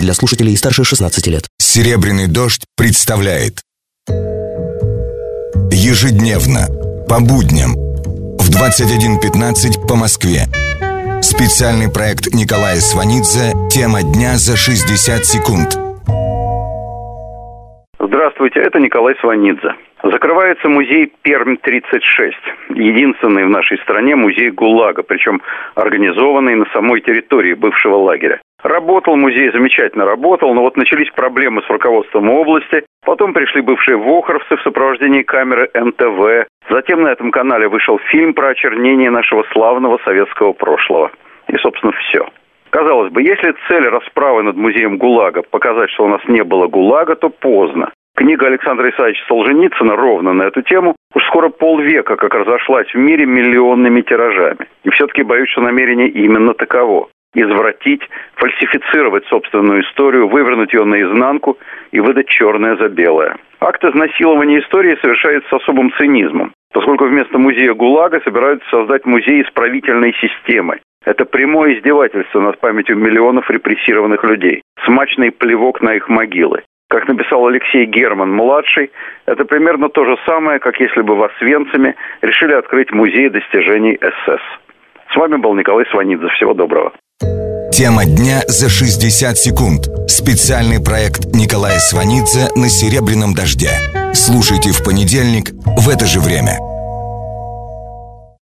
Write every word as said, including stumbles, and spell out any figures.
для слушателей старше шестнадцати лет. «Серебряный дождь» представляет ежедневно, по будням, в двадцать один пятнадцать по Москве. Специальный проект Николая Сванидзе «Тема дня за шестьдесят секунд». Здравствуйте, это Николай Сванидзе. Закрывается музей Пермь тридцать шесть. Единственный в нашей стране музей ГУЛАГа, причем организованный на самой территории бывшего лагеря. Работал музей, замечательно работал, но вот начались проблемы с руководством области. Потом пришли бывшие вохровцы в сопровождении камеры эн тэ вэ. Затем на этом канале вышел фильм про очернение нашего славного советского прошлого. И, собственно, все. Казалось бы, если цель расправы над музеем ГУЛАГа показать, что у нас не было ГУЛАГа, то поздно. Книга Александра Исаевича Солженицына ровно на эту тему уж скоро полвека как разошлась в мире миллионными тиражами. И все-таки боюсь, что намерение именно таково. Извратить, фальсифицировать собственную историю, вывернуть ее наизнанку и выдать черное за белое. Акт изнасилования истории совершается с особым цинизмом, поскольку вместо музея ГУЛАГа собираются создать музей исправительной системы. Это прямое издевательство над памятью миллионов репрессированных людей, смачный плевок на их могилы. Как написал Алексей Герман-младший, это примерно то же самое, как если бы в Освенциме решили открыть музей достижений эс эс. С вами был Николай Сванидзе. Всего доброго. Тема дня за шестьдесят секунд. Специальный проект Николая Сванидзе на «Серебряном дожде». Слушайте в понедельник в это же время.